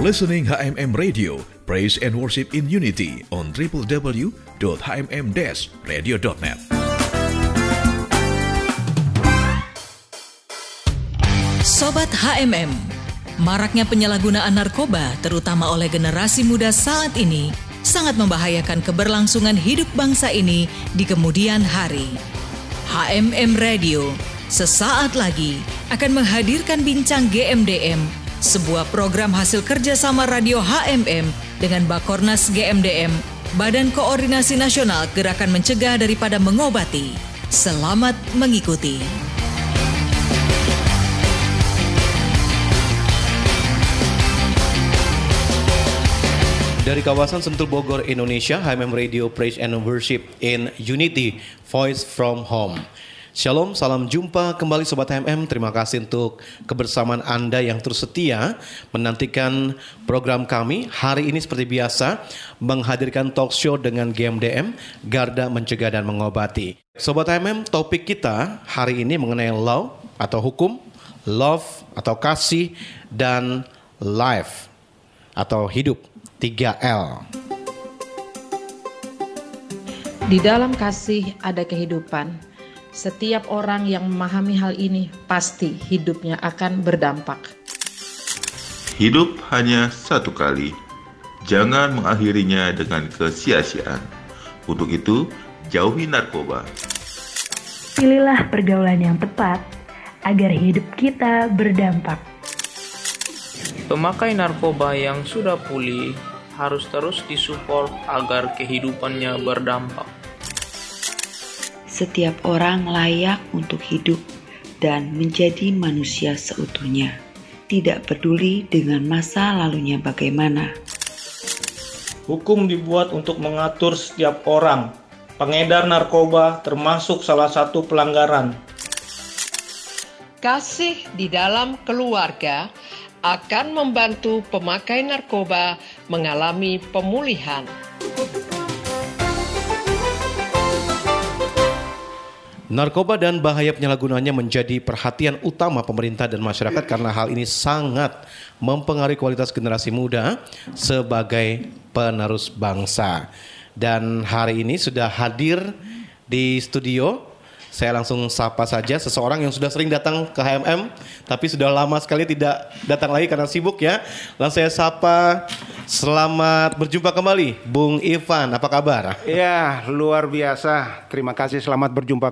listening HMM Radio, Praise and Worship in Unity on www.hmm-radio.net. Sobat HMM, maraknya penyalahgunaan narkoba terutama oleh generasi muda saat ini sangat membahayakan keberlangsungan hidup bangsa ini di kemudian hari. HMM Radio sesaat lagi akan menghadirkan Bincang GMDM, sebuah program hasil kerjasama Radio HMM dengan Bakornas GMDM, Badan Koordinasi Nasional Gerakan Mencegah Daripada Mengobati. Selamat mengikuti. Dari kawasan Sentul Bogor, Indonesia, HMM Radio Praise and Worship in Unity, Voice from Home. Shalom, salam jumpa kembali Sobat HMM. Terima kasih untuk kebersamaan Anda yang terus setia menantikan program kami. Hari ini seperti biasa menghadirkan talk show dengan GMDM, Garda Mencegah dan Mengobati. Sobat HMM, topik kita hari ini mengenai law atau hukum, love atau kasih, dan life atau hidup. 3L. Di dalam kasih ada kehidupan. Setiap orang yang memahami hal ini pasti hidupnya akan berdampak. Hidup hanya satu kali. Jangan mengakhirinya dengan kesia-siaan. Untuk itu, jauhi narkoba. Pilihlah pergaulan yang tepat agar hidup kita berdampak. Pemakai narkoba yang sudah pulih harus terus disupport agar kehidupannya berdampak. Setiap orang layak untuk hidup dan menjadi manusia seutuhnya, tidak peduli dengan masa lalunya bagaimana. Hukum dibuat untuk mengatur setiap orang. Pengedar narkoba termasuk salah satu pelanggaran. Kasih di dalam keluarga akan membantu pemakai narkoba mengalami pemulihan. Narkoba dan bahaya penyalahgunaannya menjadi perhatian utama pemerintah dan masyarakat karena hal ini sangat mempengaruhi kualitas generasi muda sebagai penerus bangsa. Dan hari ini sudah hadir di studio. Saya langsung sapa saja seseorang yang sudah sering datang ke HMM tapi sudah lama sekali tidak datang lagi karena sibuk ya. Langsung saya sapa, selamat berjumpa kembali Bung Ivan, apa kabar? Ya, luar biasa. Terima kasih, selamat berjumpa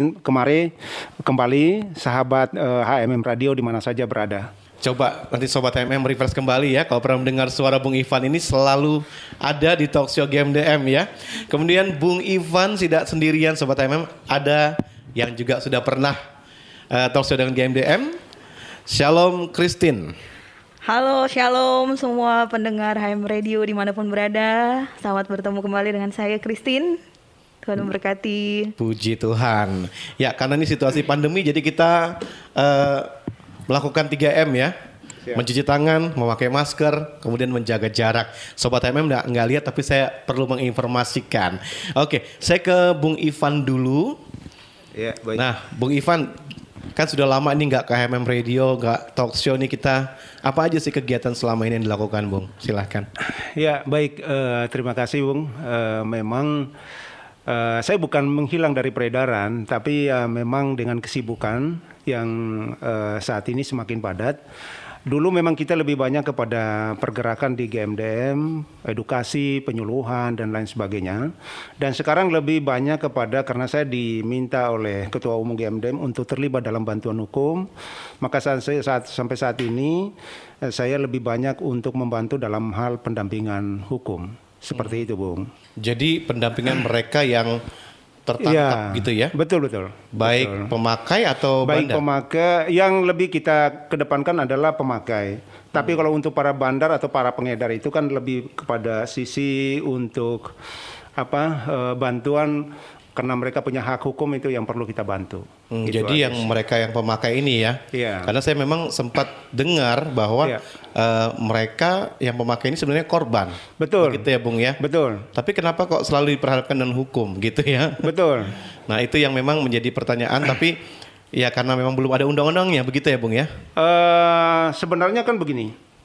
kembali sahabat HMM Radio di mana saja berada. Coba nanti Sobat HMM refresh kembali ya. Kalau pernah mendengar suara Bung Ivan ini selalu ada di talk show GMDM ya. Kemudian Bung Ivan tidak sendirian Sobat HMM, ada yang juga sudah pernah talk show dengan GMDM. Shalom Christine. Halo, shalom semua pendengar HMM Radio dimanapun berada. Selamat bertemu kembali dengan saya Christine. Tuhan memberkati. Puji Tuhan. Ya, karena ini situasi pandemi jadi kita melakukan 3M ya. Siap. Mencuci tangan, memakai masker, kemudian menjaga jarak. Sobat HMM nggak lihat tapi saya perlu menginformasikan. Oke, saya ke Bung Ivan dulu. Ya, baik. Nah, Bung Ivan kan sudah lama ini nggak ke HMM Radio, nggak talk show nih kita. Apa aja sih kegiatan selama ini yang dilakukan, Bung? Silahkan. Ya, baik. Terima kasih, Bung. Memang saya bukan menghilang dari peredaran, tapi memang dengan kesibukan yang saat ini semakin padat. Dulu memang kita lebih banyak kepada pergerakan di GMDM, edukasi, penyuluhan, dan lain sebagainya. Dan sekarang lebih banyak kepada, karena saya diminta oleh Ketua Umum GMDM untuk terlibat dalam bantuan hukum, maka sampai saat ini saya lebih banyak untuk membantu dalam hal pendampingan hukum. Seperti itu, Bung. Jadi pendampingan mereka yang tertangkap gitu ya? Betul. Baik betul. Pemakai atau baik bandar? Pemakai, yang lebih kita kedepankan adalah pemakai. Tapi kalau untuk para bandar atau para pengedar itu kan lebih kepada sisi untuk bantuan, karena mereka punya hak hukum itu yang perlu kita bantu. Jadi yang mereka yang pemakai ini ya? Iya. Karena saya memang sempat dengar bahwa mereka yang pemakai ini sebenarnya korban. Betul. Begitu ya Bung ya? Betul. Tapi kenapa kok selalu diperhadapkan dengan hukum gitu ya? Betul. Nah itu yang memang menjadi pertanyaan tapi ya karena memang belum ada undang-undangnya begitu ya Bung ya? Sebenarnya kan begini.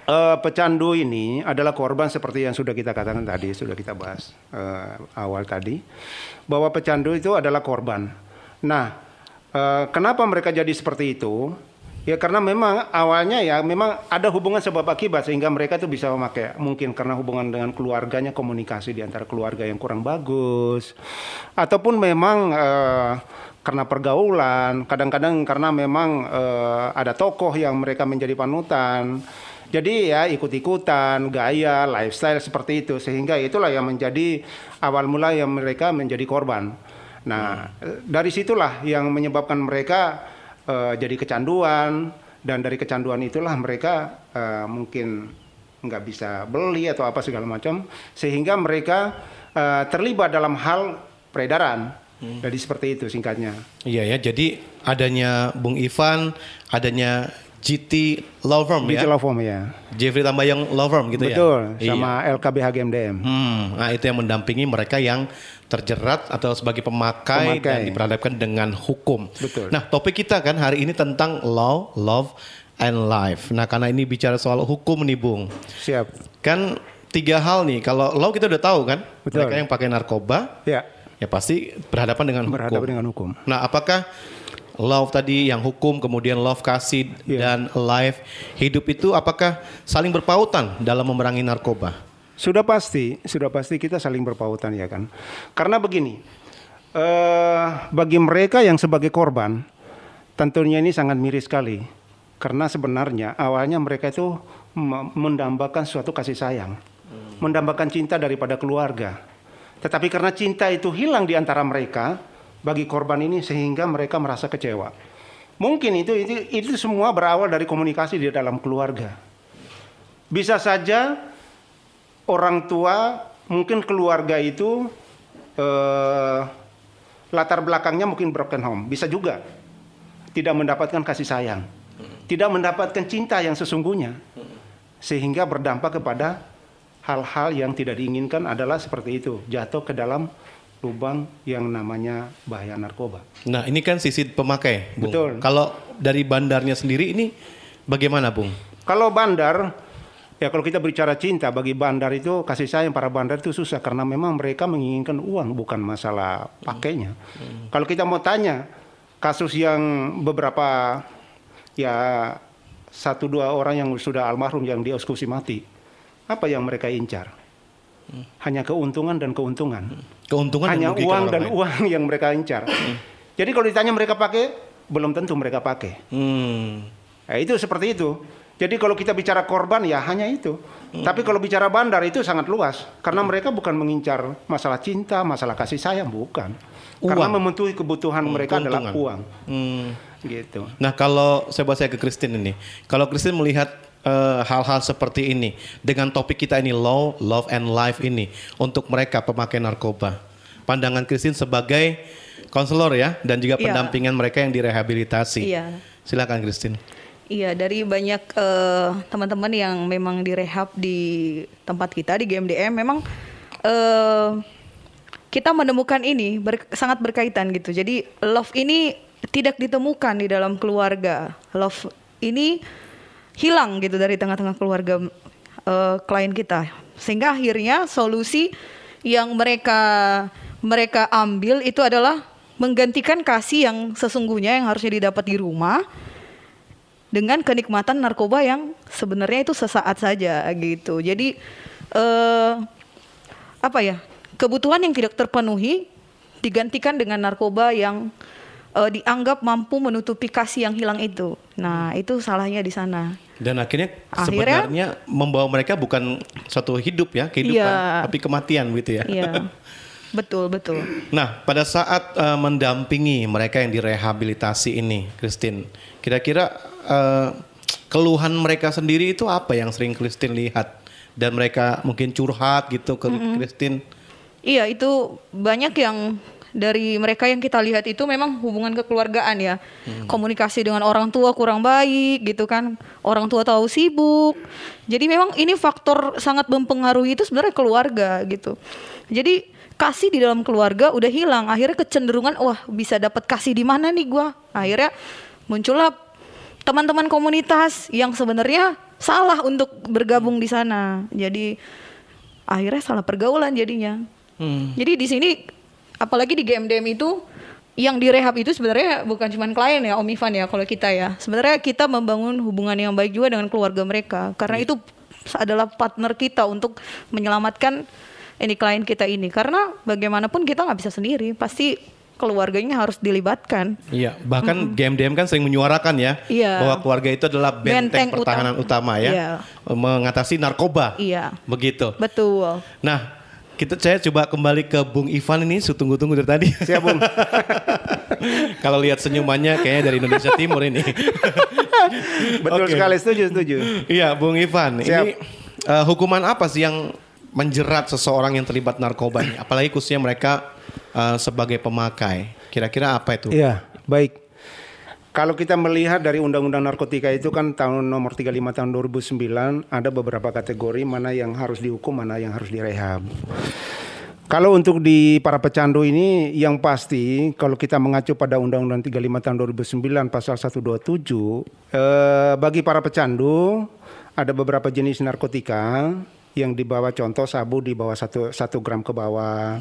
pecandu ini adalah korban seperti yang sudah kita katakan tadi, sudah kita bahas awal tadi, bahwa pecandu itu adalah korban. Nah, kenapa mereka jadi seperti itu? Ya karena memang awalnya ya memang ada hubungan sebab akibat sehingga mereka tuh bisa memakai, mungkin karena hubungan dengan keluarganya, komunikasi di antara keluarga yang kurang bagus, ataupun memang karena pergaulan, kadang-kadang karena memang ada tokoh yang mereka menjadi panutan. Jadi ya ikut-ikutan, gaya, lifestyle seperti itu, sehingga itulah yang menjadi awal mula yang mereka menjadi korban. Nah, dari situlah yang menyebabkan mereka jadi kecanduan, dan dari kecanduan itulah mereka mungkin nggak bisa beli atau apa segala macam, sehingga mereka terlibat dalam hal peredaran. Jadi seperti itu singkatnya. Iya ya, jadi adanya Bung Ivan, adanya GT Law Firm ya? GT Law Firm ya. Jeffrey Tambayong Law Firm gitu. Betul, ya? sama iya. LKB HGMDM. Nah itu yang mendampingi mereka yang terjerat atau sebagai pemakai dan diperhadapkan dengan hukum. Betul. Nah topik kita kan hari ini tentang law, love, and life. Nah karena ini bicara soal hukum nih Bung. Siap. Kan 3 hal nih, kalau law kita udah tahu kan. Betul. Mereka yang pakai narkoba. Ya. Ya pasti berhadapan dengan hukum. Nah apakah love tadi yang hukum, kemudian love kasih dan life hidup itu apakah saling berpautan dalam memerangi narkoba? Sudah pasti kita saling berpautan ya kan. Karena begini, bagi mereka yang sebagai korban, tentunya ini sangat miris sekali. Karena sebenarnya awalnya mereka itu mendambakan suatu kasih sayang, mendambakan cinta daripada keluarga. Tetapi karena cinta itu hilang di antara mereka, bagi korban ini sehingga mereka merasa kecewa. Mungkin itu semua berawal dari komunikasi di dalam keluarga. Bisa saja orang tua, mungkin keluarga itu latar belakangnya mungkin broken home. Bisa juga tidak mendapatkan kasih sayang, tidak mendapatkan cinta yang sesungguhnya, sehingga berdampak kepada hal-hal yang tidak diinginkan adalah seperti itu, jatuh ke dalam lubang yang namanya bahaya narkoba. Nah ini kan sisi pemakai, Bung. Betul. Kalau dari bandarnya sendiri ini bagaimana, Bung? Kalau bandar, ya kalau kita bicara cinta, bagi bandar itu kasih sayang para bandar itu susah karena memang mereka menginginkan uang, bukan masalah pakainya. Kalau kita mau tanya kasus yang beberapa ya 1-2 orang yang sudah almarhum yang dieksekusi mati, apa yang mereka incar? Hanya keuntungan dan keuntungan. Hanya uang dan uang yang mereka incar. Jadi kalau ditanya mereka pakai, belum tentu mereka pakai. Nah, itu seperti itu. Jadi kalau kita bicara korban ya hanya itu. Tapi kalau bicara bandar itu sangat luas. Karena mereka bukan mengincar masalah cinta, masalah kasih sayang, bukan. Karena memenuhi kebutuhan mereka adalah uang. Gitu. Nah kalau saya ke Christine ini. Kalau Christine melihat hal-hal seperti ini dengan topik kita ini law, love, and life ini untuk mereka pemakai narkoba, pandangan Christine sebagai konselor ya dan juga pendampingan mereka yang direhabilitasi. Silakan Christine. Iya, dari banyak teman-teman yang memang direhab di tempat kita di GMDM, memang kita menemukan ini sangat berkaitan gitu. Jadi love ini tidak ditemukan di dalam keluarga. Love ini hilang gitu dari tengah-tengah keluarga klien kita, sehingga akhirnya solusi yang mereka ambil itu adalah menggantikan kasih yang sesungguhnya yang harusnya didapat di rumah dengan kenikmatan narkoba yang sebenarnya itu sesaat saja gitu. Jadi kebutuhan yang tidak terpenuhi digantikan dengan narkoba yang dianggap mampu menutupi kasih yang hilang itu. Nah, itu salahnya di sana. Dan akhirnya sebenarnya membawa mereka bukan satu kehidupan, tapi kematian gitu ya. Iya. Betul. Nah, pada saat mendampingi mereka yang direhabilitasi ini, Christine, kira-kira keluhan mereka sendiri itu apa yang sering Christine lihat? Dan mereka mungkin curhat gitu ke Christine? Iya, itu banyak yang dari mereka yang kita lihat itu memang hubungan kekeluargaan ya. Komunikasi dengan orang tua kurang baik gitu kan. Orang tua tahu sibuk. Jadi memang ini faktor sangat mempengaruhi itu sebenarnya keluarga gitu. Jadi kasih di dalam keluarga udah hilang. Akhirnya kecenderungan bisa dapat kasih di mana nih gua. Akhirnya muncullah teman-teman komunitas yang sebenarnya salah untuk bergabung di sana. Jadi akhirnya salah pergaulan jadinya. Jadi di sini apalagi di GMDM itu yang direhab itu sebenarnya bukan cuma klien ya, Om Ivan ya, kalau kita ya. Sebenarnya kita membangun hubungan yang baik juga dengan keluarga mereka. Karena itu adalah partner kita untuk menyelamatkan ini klien kita ini. Karena bagaimanapun kita nggak bisa sendiri, pasti keluarganya harus dilibatkan. Iya, bahkan GMDM kan sering menyuarakan ya, bahwa keluarga itu adalah benteng pertahanan utama ya, mengatasi narkoba. Iya. Begitu. Betul. Nah, saya coba kembali ke Bung Ivan ini, tunggu-tunggu dari tadi. Siap, Bung. Kalau lihat senyumannya kayaknya dari Indonesia Timur ini. Betul sekali, setuju. Iya, Bung Ivan. Siap. Ini hukuman apa sih yang menjerat seseorang yang terlibat narkoba ini? Apalagi khususnya mereka sebagai pemakai. Kira-kira apa itu? Iya, baik. Kalau kita melihat dari Undang-Undang Narkotika itu kan tahun nomor 35 tahun 2009 ada beberapa kategori mana yang harus dihukum, mana yang harus direhab. Kalau untuk di para pecandu ini yang pasti kalau kita mengacu pada Undang-Undang 35 tahun 2009 pasal 127 bagi para pecandu ada beberapa jenis narkotika yang di bawah, contoh sabu di bawah 1 gram ke bawah,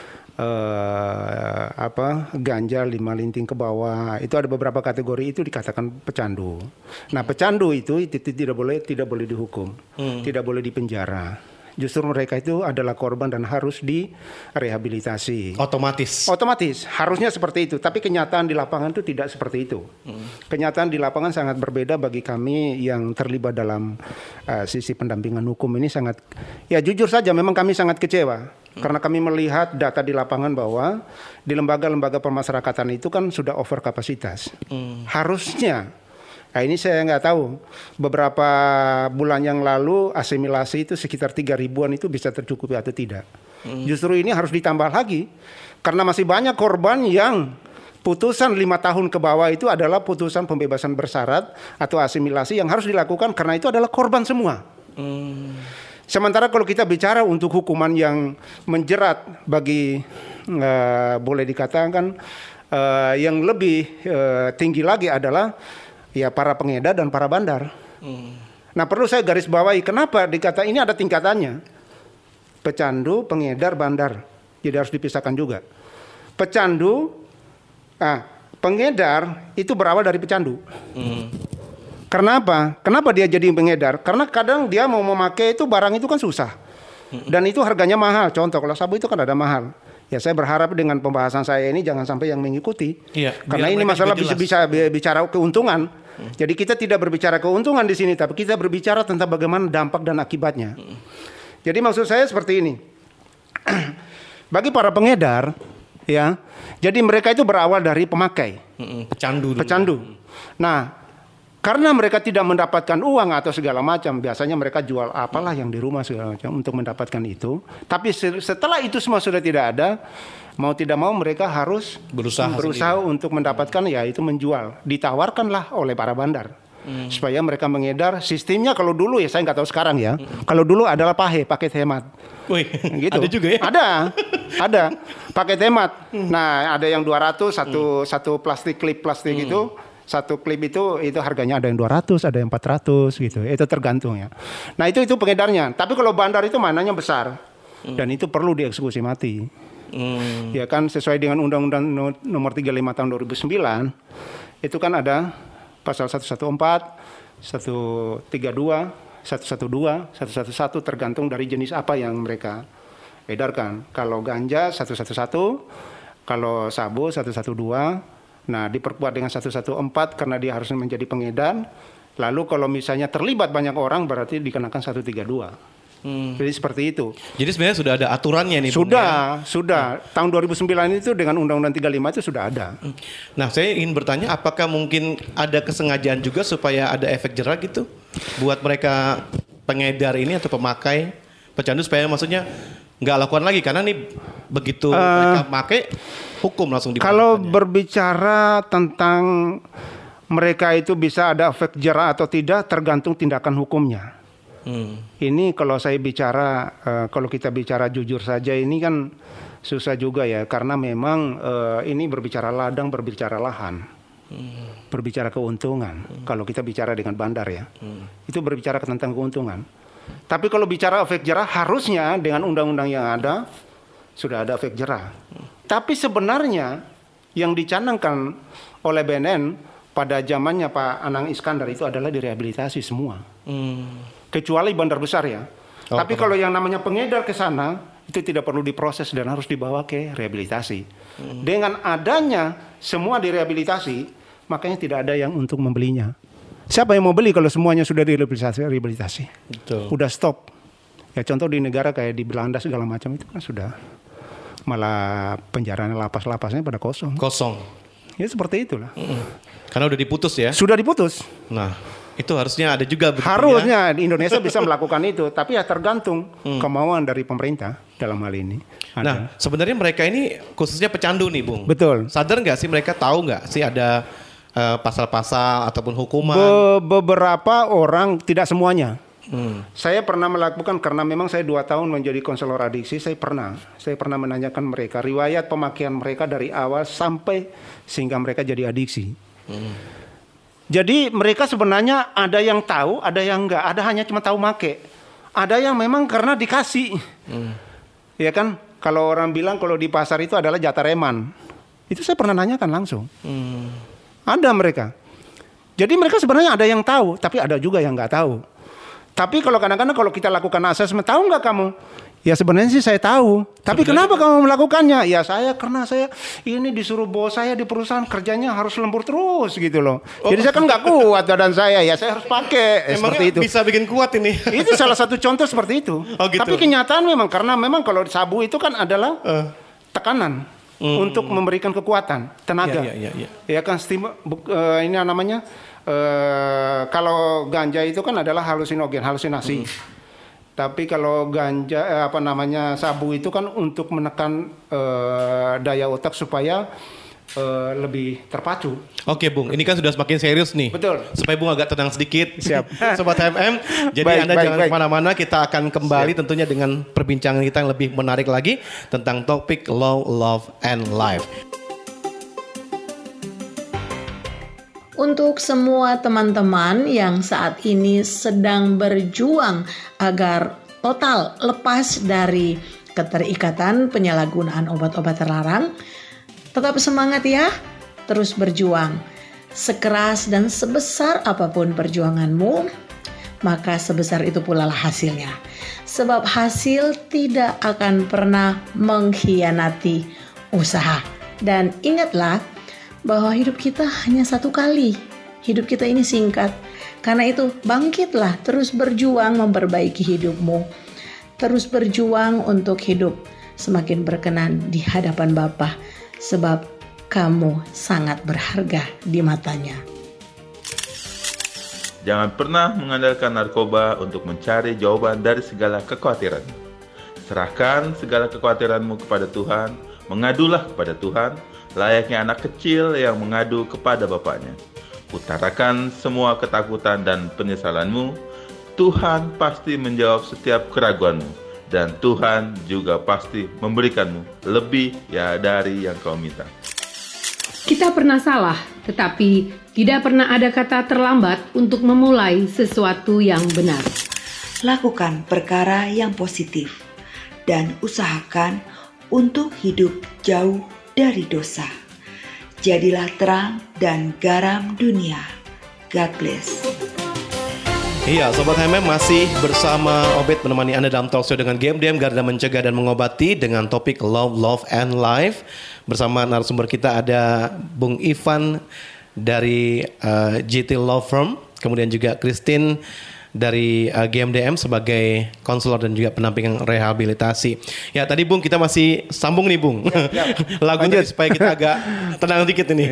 ganja 5 linting ke bawah, itu ada beberapa kategori itu dikatakan pecandu. Nah, pecandu itu tidak boleh dihukum, tidak boleh dipenjara. Justru mereka itu adalah korban dan harus direhabilitasi. Otomatis harusnya seperti itu. Tapi kenyataan di lapangan itu tidak seperti itu. Kenyataan di lapangan sangat berbeda bagi kami yang terlibat dalam sisi pendampingan hukum ini sangat. Ya jujur saja, memang kami sangat kecewa. Karena kami melihat data di lapangan bahwa di lembaga-lembaga pemasyarakatan itu kan sudah over kapasitas. Harusnya. Nah ini saya nggak tahu, beberapa bulan yang lalu asimilasi itu sekitar 3.000-an itu bisa tercukupi atau tidak. Justru ini harus ditambah lagi, karena masih banyak korban yang putusan 5 tahun ke bawah itu adalah putusan pembebasan bersyarat atau asimilasi yang harus dilakukan karena itu adalah korban semua. Sementara kalau kita bicara untuk hukuman yang menjerat bagi, boleh dikatakan yang lebih tinggi lagi adalah ya para pengedar dan para bandar. Nah perlu saya garis bawahi, kenapa dikata ini ada tingkatannya. Pecandu, pengedar, bandar. Jadi harus dipisahkan juga. Pecandu, pengedar itu berawal dari pecandu. Karena apa? Kenapa dia jadi pengedar? Karena kadang dia mau memakai itu barang itu kan susah. Dan itu harganya mahal. Contoh kalau sabu itu kan ada mahal. Ya saya berharap dengan pembahasan saya ini jangan sampai yang mengikuti. Iya, karena ini masalah bisa bicara keuntungan. Jadi kita tidak berbicara keuntungan di sini, tapi kita berbicara tentang bagaimana dampak dan akibatnya. Jadi maksud saya seperti ini. Bagi para pengedar, ya, jadi mereka itu berawal dari pemakai, pecandu. Nah, karena mereka tidak mendapatkan uang atau segala macam, biasanya mereka jual apalah yang di rumah segala macam untuk mendapatkan itu. Tapi setelah itu semua sudah tidak ada, mau tidak mau mereka harus berusaha untuk mendapatkan, ya itu menjual, ditawarkanlah oleh para bandar supaya mereka mengedar. Sistemnya kalau dulu ya saya nggak tahu sekarang ya. Kalau dulu adalah paket hemat. Wih, gitu. Ada juga ya? Ada paket hemat. Nah ada yang 200 satu klip plastik itu. Satu klip itu harganya ada yang 200, ada yang 400 gitu. Itu tergantung ya. Nah itu pengedarnya. Tapi kalau bandar itu mananya besar dan itu perlu dieksekusi mati. Ya kan sesuai dengan Undang-Undang nomor 35 tahun 2009 itu kan ada pasal 114, 132, 112, 111 tergantung dari jenis apa yang mereka edarkan. Kalau ganja 111, kalau sabu 112. Nah diperkuat dengan 114 karena dia harus menjadi pengedar. Lalu kalau misalnya terlibat banyak orang berarti dikenakan 132. Jadi seperti itu. Jadi sebenarnya sudah ada aturannya nih. Sudah. Tahun 2009 itu dengan Undang-Undang 35 itu sudah ada. Nah saya ingin bertanya, apakah mungkin ada kesengajaan juga supaya ada efek jerah gitu buat mereka pengedar ini atau pemakai pecandu, supaya maksudnya nggak lakukan lagi, karena nih begitu mereka pakai hukum langsung dipakai. Kalau berbicara tentang mereka itu bisa ada efek jerah atau tidak tergantung tindakan hukumnya. Ini kalau saya bicara, kalau kita bicara jujur saja ini kan susah juga ya, karena memang ini berbicara ladang, berbicara lahan. berbicara keuntungan. Kalau kita bicara dengan bandar ya, itu berbicara tentang keuntungan. Tapi kalau bicara efek jerah, harusnya dengan undang-undang yang ada sudah ada efek jerah. Tapi sebenarnya yang dicanangkan oleh BNN pada zamannya Pak Anang Iskandar itu adalah direhabilitasi semua, kecuali bandar besar ya. Tapi kalau yang namanya pengedar ke sana itu tidak perlu diproses dan harus dibawa ke rehabilitasi. Dengan adanya semua direhabilitasi, makanya tidak ada yang untuk membelinya. Siapa yang mau beli kalau semuanya sudah direhabilitasi? Betul. Udah stop. Ya contoh di negara kayak di Belanda segala macam itu kan sudah malah penjaraan lapas-lapasnya pada kosong. Kosong. Ya seperti itulah. Karena udah diputus ya? Sudah diputus. Nah, itu harusnya ada juga. Harusnya di Indonesia bisa melakukan itu, tapi ya tergantung kemauan dari pemerintah dalam hal ini. Nah, sebenarnya mereka ini khususnya pecandu nih, Bung. Betul. Sadar nggak sih, mereka tahu nggak sih ada pasal-pasal ataupun hukuman? Beberapa orang, tidak semuanya. Saya pernah melakukan, karena memang saya 2 tahun menjadi konselor adiksi, saya pernah menanyakan mereka riwayat pemakaian mereka dari awal sampai sehingga mereka jadi adiksi. Jadi mereka sebenarnya ada yang tahu, ada yang enggak, ada hanya cuma tahu make. Ada yang memang karena dikasih. Ya kan, kalau orang bilang kalau di pasar itu adalah jatah reman. Itu saya pernah nanyakan langsung. Ada mereka. Jadi mereka sebenarnya ada yang tahu, tapi ada juga yang enggak tahu. Tapi kalau kadang-kadang kalau kita lakukan asesmen, tahu nggak kamu? Ya sebenarnya sih saya tahu. Tapi kenapa kamu melakukannya? Ya karena saya ini disuruh bos saya di perusahaan, kerjanya harus lembur terus gitu loh. Jadi saya kan nggak kuat badan saya, ya saya harus pakai. Seperti itu. Bisa bikin kuat ini. Itu salah satu contoh seperti itu. Gitu. Tapi kenyataan memang, karena memang kalau sabu itu kan adalah tekanan untuk memberikan kekuatan, tenaga. Ya kan ini namanya. Kalau ganja itu kan adalah halusinasi. Tapi kalau ganja sabu itu kan untuk menekan daya otak supaya lebih terpacu. Oke Bung, ini kan sudah semakin serius nih. Betul. Supaya Bung agak tenang sedikit. Siap. Sobat HMM. Jadi Anda jangan kemana-mana, kita akan kembali tentunya dengan perbincangan kita yang lebih menarik lagi tentang topik Law, Love, and Life. Untuk semua teman-teman yang saat ini sedang berjuang agar total lepas dari keterikatan penyalahgunaan obat-obat terlarang, tetap semangat ya, terus berjuang. Sekeras dan sebesar apapun perjuanganmu, maka sebesar itu pula lah hasilnya. Sebab hasil tidak akan pernah mengkhianati usaha. Dan ingatlah, bahwa hidup kita hanya satu kali. Hidup kita ini singkat. Karena itu bangkitlah, terus berjuang memperbaiki hidupmu. Terus berjuang untuk hidup semakin berkenan di hadapan Bapa. Sebab kamu sangat berharga di matanya. Jangan pernah mengandalkan narkoba untuk mencari jawaban dari segala kekhawatiran. Serahkan segala kekhawatiranmu kepada Tuhan. Mengadulah kepada Tuhan, layaknya anak kecil yang mengadu kepada bapaknya. Utarakan semua ketakutan dan penyesalanmu. Tuhan pasti menjawab setiap keraguanmu. Dan Tuhan juga pasti memberikanmu lebih dari yang kau minta. Kita pernah salah, tetapi tidak pernah ada kata terlambat untuk memulai sesuatu yang benar. Lakukan perkara yang positif dan usahakan untuk hidup jauh dari dosa. Jadilah terang dan garam dunia. God bless. Iya, Sobat HMM masih bersama Obed menemani Anda dalam talkshow dengan GMDM, Garda Mencegah dan Mengobati, dengan topik Love, Love, and Life. Bersama narasumber kita ada Bung Ivan dari GT Law Firm, kemudian juga Christine dari GMDM sebagai konselor dan juga pendampingan rehabilitasi. Ya tadi Bung, kita masih sambung nih Bung. Lagu tadi supaya kita agak tenang dikit ini.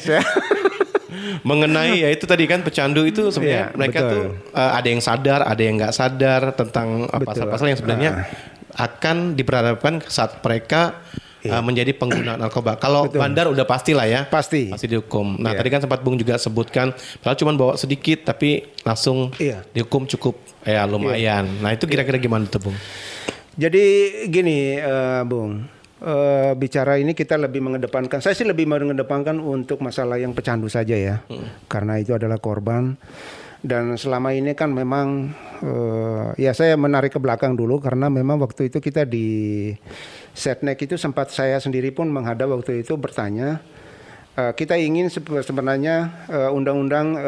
Mengenai ya itu tadi kan pecandu itu sebenarnya mereka tuh ada yang sadar, ada yang nggak sadar tentang pasal-pasal yang sebenarnya akan diperhadapkan saat mereka menjadi pengguna narkoba. Kalau bandar udah pastilah ya. Pasti dihukum. Nah tadi kan sempat Bung juga sebutkan, padahal cuma bawa sedikit tapi langsung dihukum cukup lumayan. Nah itu kira-kira gimana tuh Bung? Jadi gini Bung, bicara ini kita lebih mengedepankan, saya sih lebih mengedepankan untuk masalah yang pecandu saja ya, karena itu adalah korban. Dan selama ini kan memang ya saya menarik ke belakang dulu karena memang waktu itu kita di Setnek itu sempat saya sendiri pun menghadap waktu itu bertanya, kita ingin sebenarnya undang-undang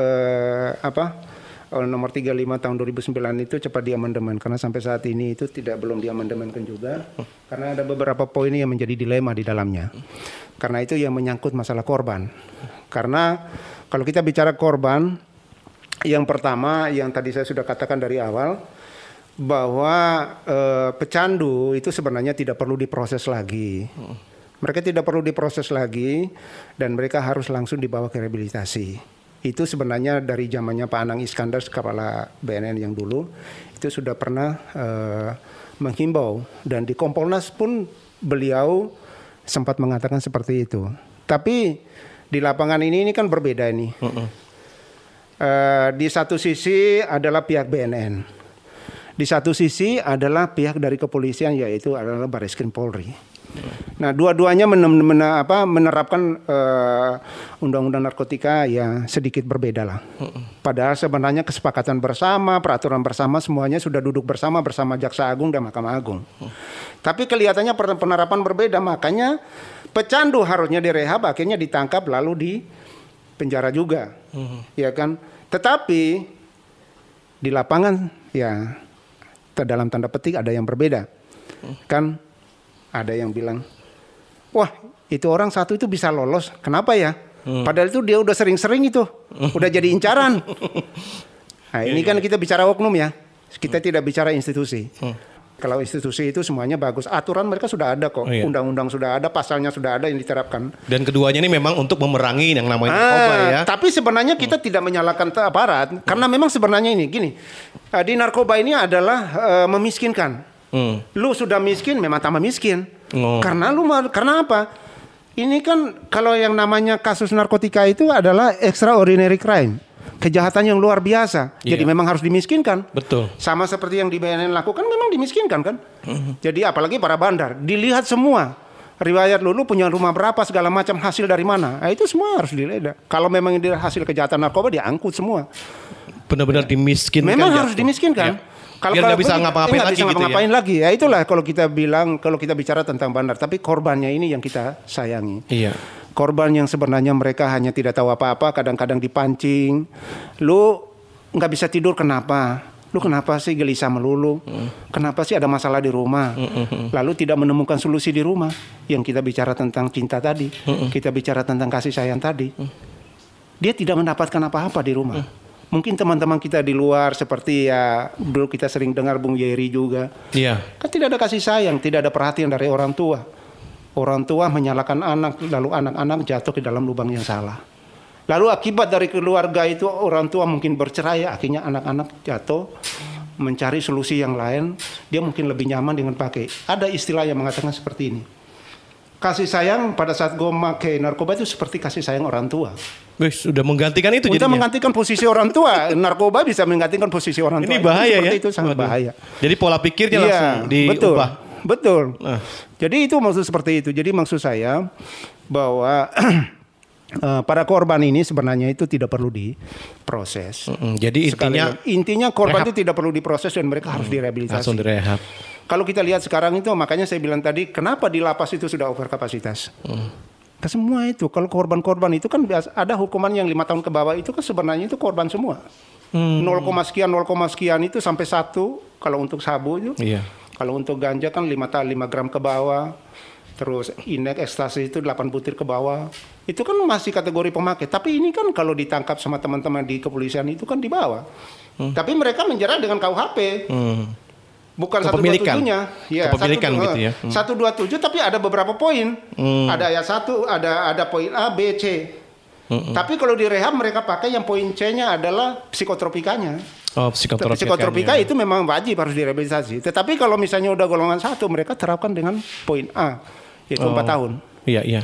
nomor 35 tahun 2009 itu cepat diamandemen karena sampai saat ini itu belum diamandemenkan juga karena ada beberapa poin yang menjadi dilema di dalamnya. Karena itu yang menyangkut masalah korban. Karena kalau kita bicara korban, yang pertama yang tadi saya sudah katakan dari awal bahwa pecandu itu sebenarnya tidak perlu diproses lagi. Mereka tidak perlu diproses lagi dan mereka harus langsung dibawa ke rehabilitasi. Itu sebenarnya dari zamannya Pak Anang Iskandar, kepala BNN yang dulu, itu sudah pernah menghimbau. Dan di Kompolnas pun beliau sempat mengatakan seperti itu. Tapi di lapangan ini kan berbeda ini. Di satu sisi adalah pihak BNN. Di satu sisi adalah pihak dari kepolisian yaitu adalah Barreskrim Polri. Nah, dua-duanya menerapkan undang-undang narkotika ya sedikit berbeda lah. Padahal sebenarnya kesepakatan bersama, peraturan bersama semuanya sudah duduk bersama Jaksa Agung dan Mahkamah Agung. Tapi kelihatannya penerapan berbeda, makanya pecandu harusnya direhab, akhirnya ditangkap lalu di penjara juga, ya kan? Tetapi di lapangan ya dalam tanda petik ada yang berbeda, kan? Ada yang bilang, wah itu orang satu itu bisa lolos, kenapa ya? Padahal itu dia udah sering-sering itu, udah jadi incaran. Nah ini kan kita bicara oknum ya, kita tidak bicara institusi. Kalau institusi itu semuanya bagus, aturan mereka sudah ada kok, undang-undang sudah ada, pasalnya sudah ada yang diterapkan. Dan keduanya ini memang untuk memerangi yang namanya narkoba ya. Tapi sebenarnya kita tidak menyalahkan aparat, karena memang sebenarnya ini gini, di narkoba ini adalah memiskinkan. Lu sudah miskin memang tambah miskin. Karena apa? Ini kan kalau yang namanya kasus narkotika itu adalah extraordinary crime. Kejahatan yang luar biasa. Jadi memang harus dimiskinkan. Betul. Sama seperti yang di BNN lakukan memang dimiskinkan kan. Jadi apalagi para bandar, dilihat semua. Riwayat lu punya rumah berapa, segala macam, hasil dari mana. Nah, itu semua harus diledah. Kalau memang ini hasil kejahatan narkoba diangkut semua. Benar-benar dimiskinkan. Memang harus dimiskinkan. Kalau nggak bisa ngapa-ngapain lagi gitu ya. Ya itulah kalau kita bicara tentang bandar, tapi korbannya ini yang kita sayangi. Iya. Korban yang sebenarnya mereka hanya tidak tahu apa-apa, kadang-kadang dipancing. Lu nggak bisa tidur kenapa? Lu kenapa sih gelisah melulu? Kenapa sih ada masalah di rumah? Lalu tidak menemukan solusi di rumah. Yang kita bicara tentang cinta tadi, kita bicara tentang kasih sayang tadi. Dia tidak mendapatkan apa-apa di rumah. Mungkin teman-teman kita di luar seperti ya dulu kita sering dengar Bung Yeri juga. Iya. Kan tidak ada kasih sayang, tidak ada perhatian dari orang tua. Orang tua menyalahkan anak, lalu anak-anak jatuh ke dalam lubang yang salah. Lalu akibat dari keluarga itu orang tua mungkin bercerai, akhirnya anak-anak jatuh mencari solusi yang lain. Dia mungkin lebih nyaman dengan pakai. Ada istilah yang mengatakan seperti ini. Kasih sayang pada saat gue pakai narkoba itu seperti kasih sayang orang tua. Sudah menggantikan itu jadinya. Sudah menggantikan posisi orang tua. Narkoba bisa menggantikan posisi orang tua. Ini bahaya ya. Itu sangat bahaya. Jadi pola pikirnya langsung diubah. Betul. Jadi itu maksud seperti itu. Jadi maksud saya bahwa para korban ini sebenarnya itu tidak perlu diproses. Jadi intinya korban itu tidak perlu diproses dan mereka harus direhabilitasi. Langsung direhab. Kalau kita lihat sekarang itu, makanya saya bilang tadi, kenapa di lapas itu sudah over kapasitas? Semua itu, kalau korban-korban itu kan ada hukuman yang 5 tahun ke bawah itu kan sebenarnya itu korban semua. 0, sekian itu sampai 1 kalau untuk sabu itu. Iya. Kalau untuk ganja kan 5 gram ke bawah. Terus indeks ekstasi itu 8 butir ke bawah. Itu kan masih kategori pemakai. Tapi ini kan kalau ditangkap sama teman-teman di kepolisian itu kan di bawah. Tapi mereka menjerat dengan KUHP. Bukan 127-nya, ya, kepemilikan gitu ya. 127 tapi ada beberapa poin. Ada ayat 1, ada poin A, B, C. Tapi kalau di rehab mereka pakai yang poin C-nya adalah psikotropikanya. Oh, psikotropika itu memang wajib harus direhabilitasi. Tetapi kalau misalnya udah golongan 1 mereka terapkan dengan poin A, yaitu 4 tahun. Iya, iya.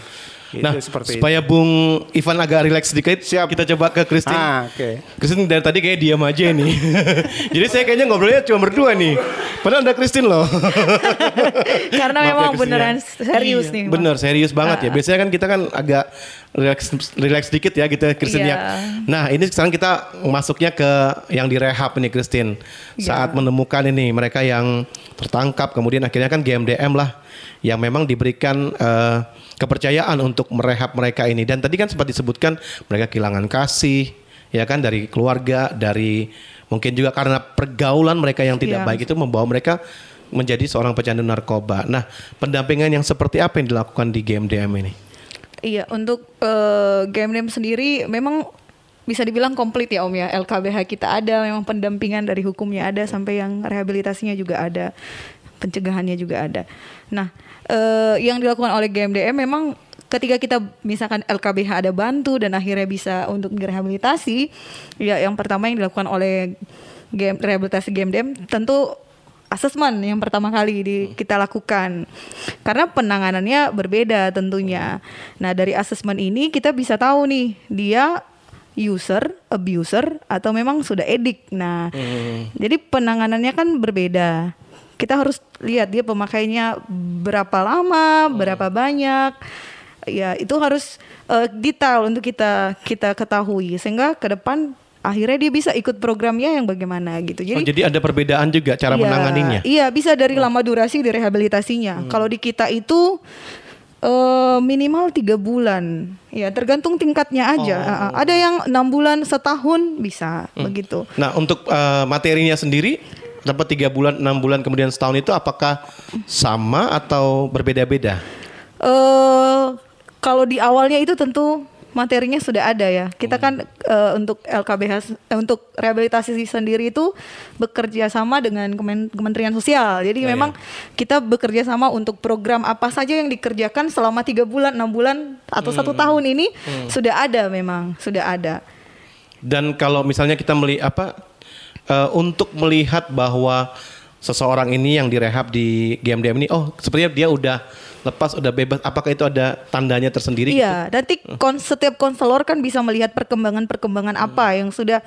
Nah, supaya Bung Ivan agak rileks sedikit, kita coba ke Christine. Christine dari tadi kayak diam aja nih. Jadi saya kayaknya ngobrolnya cuma berdua nih. Padahal ada Christine loh. Karena memang beneran serius nih. Bener, serius banget ya. Biasanya kan kita kan agak relax sedikit ya gitu Christine ya. Nah, ini sekarang kita masuknya ke yang di rehab ini Christine. Saat menemukan ini mereka yang tertangkap, kemudian akhirnya kan GMDM lah yang memang diberikan kepercayaan untuk merehab mereka ini. Dan tadi kan sempat disebutkan mereka kehilangan kasih, ya kan, dari keluarga, dari mungkin juga karena pergaulan mereka yang tidak baik itu membawa mereka menjadi seorang pecandu narkoba. Nah, pendampingan yang seperti apa yang dilakukan di GMDM ini? Iya, untuk GMDM sendiri memang bisa dibilang komplit ya Om ya. LKBH kita ada, memang pendampingan dari hukumnya ada, sampai yang rehabilitasinya juga ada, pencegahannya juga ada. Nah, yang dilakukan oleh GMDM memang ketika kita misalkan LKBH ada bantu dan akhirnya bisa untuk direhabilitasi, ya yang pertama yang dilakukan oleh rehabilitasi GMDM tentu asesmen yang pertama kali kita lakukan, karena penanganannya berbeda tentunya. Nah, dari asesmen ini kita bisa tahu nih dia user, abuser, atau memang sudah edik. Nah, jadi penanganannya kan berbeda. Kita harus lihat dia pemakainya berapa lama, berapa banyak. Ya, itu harus detail untuk kita ketahui, sehingga ke depan akhirnya dia bisa ikut programnya yang bagaimana gitu. Jadi ada perbedaan juga cara menanganinya. Iya, bisa dari lama durasi di rehabilitasinya. Kalau di kita itu minimal 3 bulan. Ya, tergantung tingkatnya aja. Ada yang 6 bulan, setahun bisa begitu. Nah, untuk materinya sendiri dapat 3 bulan, 6 bulan, kemudian setahun itu apakah sama atau berbeda-beda? Kalau di awalnya itu tentu materinya sudah ada ya. Kita kan untuk LKBH, untuk rehabilitasi sendiri itu bekerja sama dengan Kementerian Sosial. Jadi memang kita bekerja sama untuk program apa saja yang dikerjakan selama 3 bulan, 6 bulan, atau 1 tahun ini sudah ada memang, sudah ada. Dan kalau misalnya kita untuk melihat bahwa seseorang ini yang direhab di GMDM ini, sepertinya dia udah lepas, udah bebas, apakah itu ada tandanya tersendiri? Iya, nanti setiap konselor kan bisa melihat perkembangan apa yang sudah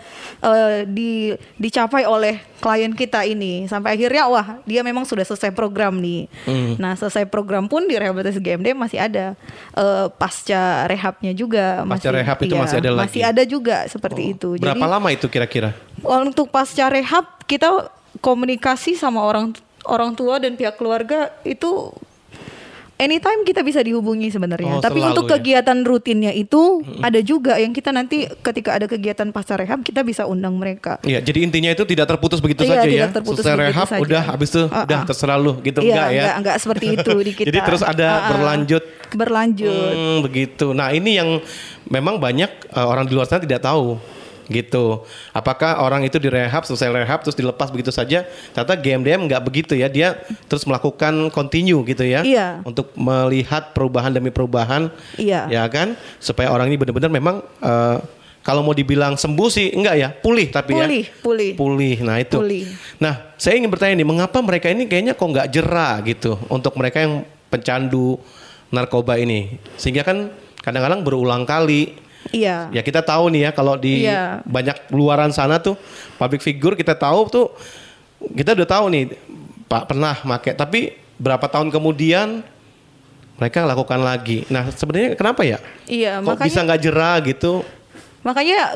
dicapai oleh klien kita ini, sampai akhirnya wah dia memang sudah selesai program nih. Nah, selesai program pun di rehabilitasi GMDM masih ada pasca rehabnya juga. Pasca rehab itu masih ada lagi? Masih ada juga seperti itu. Berapa lama itu kira-kira? Untuk pasca rehab kita komunikasi sama orang tua dan pihak keluarga itu anytime kita bisa dihubungi sebenarnya. Tapi untuk kegiatan rutinnya itu ada juga yang kita nanti ketika ada kegiatan pasca rehab kita bisa undang mereka. Iya, jadi intinya itu tidak terputus begitu saja ya. Selesai rehab udah habis itu udah terserah lu gitu, enggak ya? Enggak seperti itu di kita. Jadi terus ada berlanjut. Begitu. Nah, ini yang memang banyak orang di luar sana tidak tahu. Gitu. Apakah orang itu direhab, selesai rehab terus dilepas begitu saja? Ternyata GMDM nggak begitu ya, dia terus melakukan continue gitu ya, untuk melihat perubahan demi perubahan, ya kan, supaya orang ini benar-benar memang kalau mau dibilang sembuh sih enggak ya, pulih tapi pulih. Nah itu. Nah, saya ingin bertanya nih, mengapa mereka ini kayaknya kok nggak jera gitu untuk mereka yang pencandu narkoba ini, sehingga kan kadang-kadang berulang kali. Iya. Ya kita tahu nih ya, kalau di banyak luaran sana tuh public figure kita tahu tuh, kita udah tahu nih Pak pernah pakai, tapi berapa tahun kemudian mereka lakukan lagi. Nah, sebenarnya kenapa ya? Iya, kok bisa nggak jera gitu? Makanya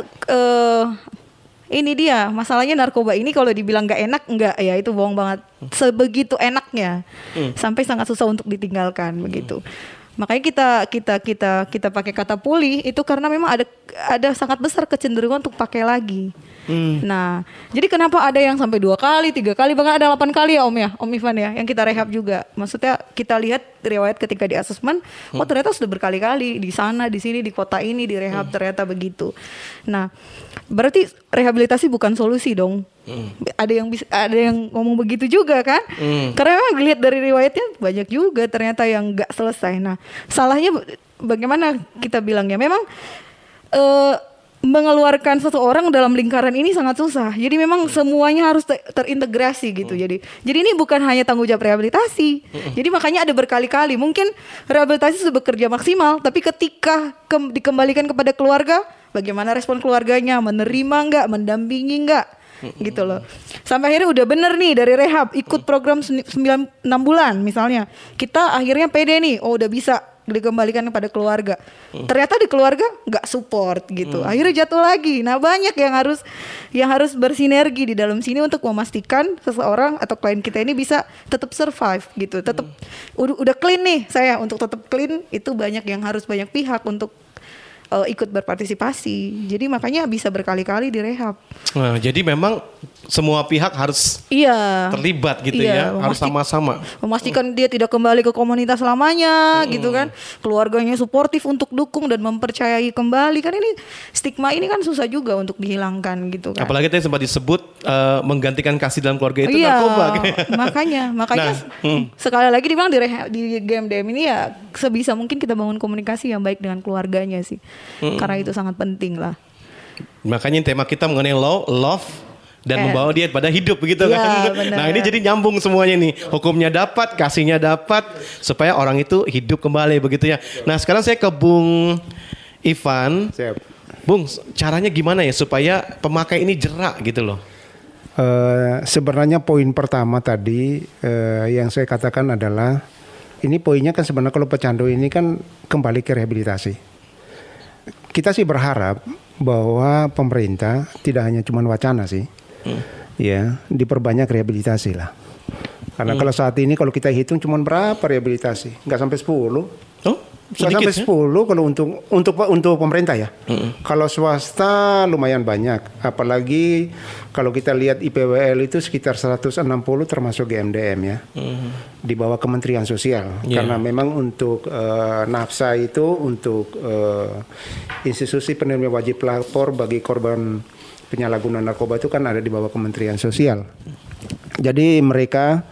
ini dia masalahnya, narkoba ini kalau dibilang nggak enak, enggak ya, itu bohong banget. Sebegitu enaknya sampai sangat susah untuk ditinggalkan begitu. Makanya kita pakai kata pulih itu karena memang ada sangat besar kecenderungan untuk pakai lagi. Nah, jadi kenapa ada yang sampai 2 kali, 3 kali, bahkan ada 8 kali ya Om Ivan ya, yang kita rehab juga. Maksudnya kita lihat riwayat ketika di asesmen, ternyata sudah berkali-kali di sana, di sini, di kota ini di rehab, ternyata begitu. Nah, berarti rehabilitasi bukan solusi dong. Ada yang ngomong begitu juga kan? Karena memang dilihat dari riwayatnya banyak juga ternyata yang nggak selesai. Nah, salahnya bagaimana kita bilangnya? Memang mengeluarkan seseorang dalam lingkaran ini sangat susah. Jadi memang semuanya harus terintegrasi gitu. Jadi ini bukan hanya tanggung jawab rehabilitasi. Jadi makanya ada berkali-kali. Mungkin rehabilitasi sudah bekerja maksimal, tapi ketika dikembalikan kepada keluarga, bagaimana respon keluarganya, menerima nggak, mendampingi nggak, gitu loh. Sampai akhirnya udah bener nih dari rehab, ikut program 6 bulan misalnya. Kita akhirnya pede nih, udah bisa dikembalikan kepada keluarga. Ternyata di keluarga nggak support gitu. Akhirnya jatuh lagi. Nah, banyak yang harus bersinergi di dalam sini untuk memastikan seseorang atau klien kita ini bisa tetap survive gitu. Tetap udah clean nih saya, untuk tetap clean itu banyak pihak untuk ikut berpartisipasi. Jadi makanya bisa berkali-kali direhab. Nah, jadi memang semua pihak harus terlibat gitu ya, harus sama-sama memastikan dia tidak kembali ke komunitas lamanya gitu kan. Keluarganya suportif untuk dukung dan mempercayai kembali. Kan ini stigma ini kan susah juga untuk dihilangkan gitu kan. Apalagi tadi sempat disebut menggantikan kasih dalam keluarga itu narkoba. Makanya sekali lagi dibilang di GMDM ini ya sebisa mungkin kita bangun komunikasi yang baik dengan keluarganya sih. Karena itu sangat penting lah. Makanya tema kita mengenai love dan membawa dia pada hidup begitu kan. Bener. Nah, ini jadi nyambung semuanya nih. Hukumnya dapat, kasihnya dapat, supaya orang itu hidup kembali begitu ya. Nah, sekarang saya ke Bung Ivan. Siap. Bung, caranya gimana ya supaya pemakai ini jerak gitu loh? Sebenarnya poin pertama tadi yang saya katakan adalah, ini poinnya kan sebenarnya kalau pecandu ini kan kembali ke rehabilitasi. Kita sih berharap bahwa pemerintah tidak hanya cuma wacana sih, ya diperbanyak rehabilitasi lah. Karena kalau saat ini kalau kita hitung cuma berapa rehabilitasi, nggak sampai 10. Nggak sampai 10 kalau untuk pemerintah ya. Kalau swasta lumayan banyak, apalagi kalau kita lihat IPWL itu sekitar 160 termasuk GMDM ya, di bawah Kementerian Sosial. Karena memang untuk NAFSA itu untuk institusi penerima wajib lapor bagi korban penyalahgunaan narkoba itu kan ada di bawah Kementerian Sosial. Jadi mereka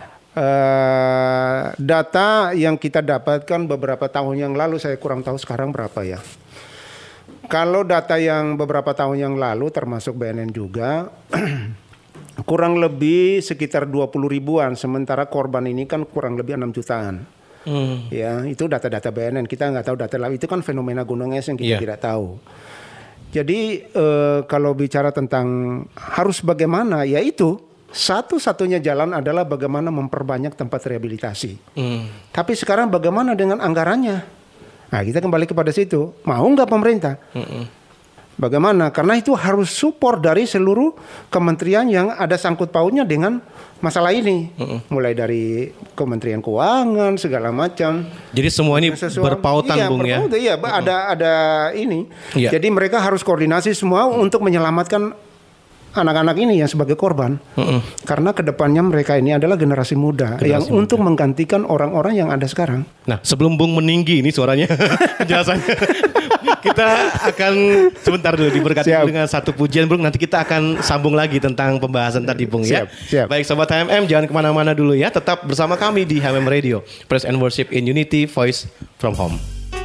data yang kita dapatkan beberapa tahun yang lalu, saya kurang tahu sekarang berapa ya. Kalau data yang beberapa tahun yang lalu termasuk BNN juga kurang lebih sekitar 20 ribuan, sementara korban ini kan kurang lebih 6 jutaan. Ya, itu data-data BNN, kita nggak tahu data lain. Itu kan fenomena gunung es yang kita tidak tahu. Jadi kalau bicara tentang harus bagaimana, ya itu satu-satunya jalan adalah bagaimana memperbanyak tempat rehabilitasi. Tapi sekarang bagaimana dengan anggarannya? Nah, kita kembali kepada situ. Mau nggak pemerintah? Bagaimana? Karena itu harus support dari seluruh kementerian yang ada sangkut pautnya dengan masalah ini. Mulai dari Kementerian Keuangan segala macam. Jadi semua ini berpautan, Bung ya. Iya, ada ini. Jadi mereka harus koordinasi semua untuk menyelamatkan anak-anak ini yang sebagai korban. Karena kedepannya mereka ini adalah generasi muda yang untuk menggantikan orang-orang yang ada sekarang. Nah, sebelum Bung meninggi ini suaranya penjelasannya, kita akan sebentar dulu diberkati dengan satu pujian, Bung. Nanti kita akan sambung lagi tentang pembahasan tadi, Bung ya. Baik Sobat HMM, jangan kemana-mana dulu ya. Tetap bersama kami di HMM Radio, Praise and Worship in Unity, Voice from Home.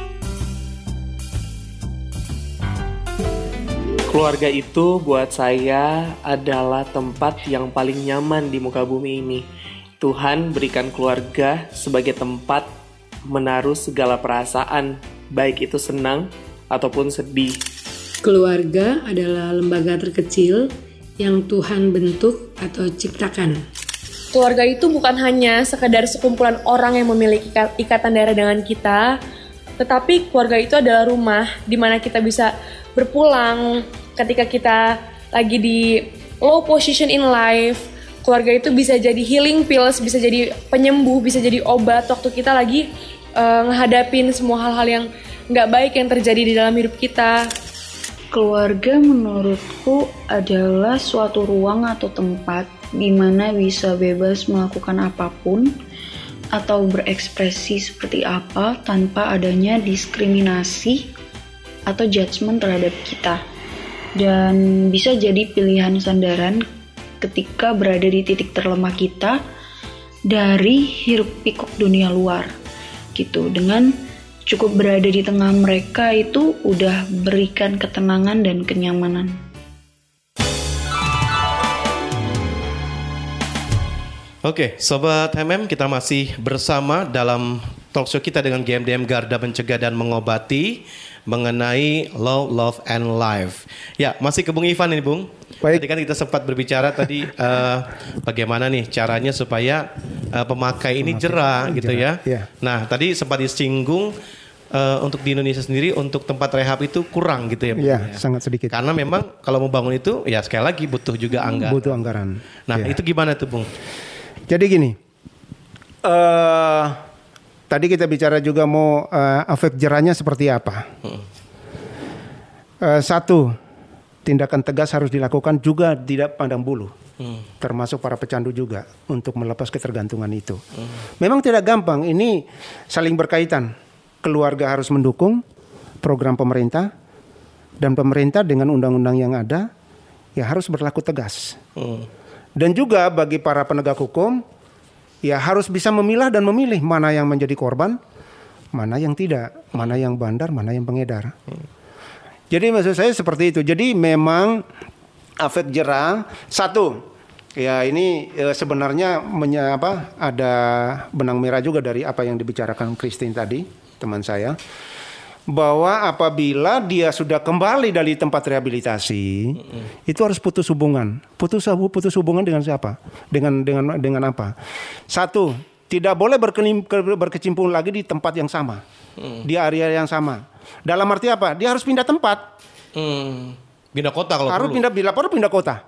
Keluarga itu buat saya adalah tempat yang paling nyaman di muka bumi ini. Tuhan berikan keluarga sebagai tempat menaruh segala perasaan, baik itu senang ataupun sedih. Keluarga adalah lembaga terkecil yang Tuhan bentuk atau ciptakan. Keluarga itu bukan hanya sekedar sekumpulan orang yang memiliki ikatan darah dengan kita, tetapi keluarga itu adalah rumah di mana kita bisa berpulang ketika kita lagi di low position in life. Keluarga itu bisa jadi healing pills, bisa jadi penyembuh, bisa jadi obat waktu kita lagi ngehadapin semua hal-hal yang nggak baik yang terjadi di dalam hidup kita. Keluarga menurutku adalah suatu ruang atau tempat di mana bisa bebas melakukan apapun atau berekspresi seperti apa tanpa adanya diskriminasi atau judgement terhadap kita. Dan bisa jadi pilihan sandaran ketika berada di titik terlemah kita dari hiruk pikuk dunia luar gitu, dengan cukup berada di tengah mereka itu udah berikan ketenangan dan kenyamanan. Oke, Sobat HMM, kita masih bersama dalam talkshow kita dengan GMDM Garda Mencegah dan Mengobati mengenai Love and Life. Ya, masih ke Bung Ivan ini, Bung. Baik. Tadi kan kita sempat berbicara tadi bagaimana nih caranya supaya pemakai ini jera gitu ya. Ya. Nah, tadi sempat disinggung untuk di Indonesia sendiri untuk tempat rehab itu kurang gitu ya, Bung. Ya, sangat sedikit. Karena memang kalau mau bangun itu ya sekali lagi butuh juga anggaran. Butuh anggaran. Nah, Ya. itu gimana tuh, Bung? Jadi gini, tadi kita bicara juga mau efek jerahnya seperti apa. Satu, tindakan tegas harus dilakukan juga tidak pandang bulu. Termasuk para pecandu juga untuk melepas ketergantungan itu. Memang tidak gampang, ini saling berkaitan. Keluarga harus mendukung program pemerintah dan pemerintah dengan undang-undang yang ada ya harus berlaku tegas. Dan juga bagi para penegak hukum ya harus bisa memilah dan memilih mana yang menjadi korban, mana yang tidak, mana yang bandar, mana yang pengedar. Jadi maksud saya seperti itu. Jadi memang efek jerah satu, ya ini sebenarnya ada benang merah juga dari apa yang dibicarakan Christine tadi, teman saya. Bahwa apabila dia sudah kembali dari tempat rehabilitasi, itu harus putus hubungan. Putus hubungan dengan siapa? Dengan apa? Satu, tidak boleh berkecimpung lagi di tempat yang sama, di area yang sama. Dalam arti apa? Dia harus pindah tempat. Pindah kota kalau harus perlu. pindah kota.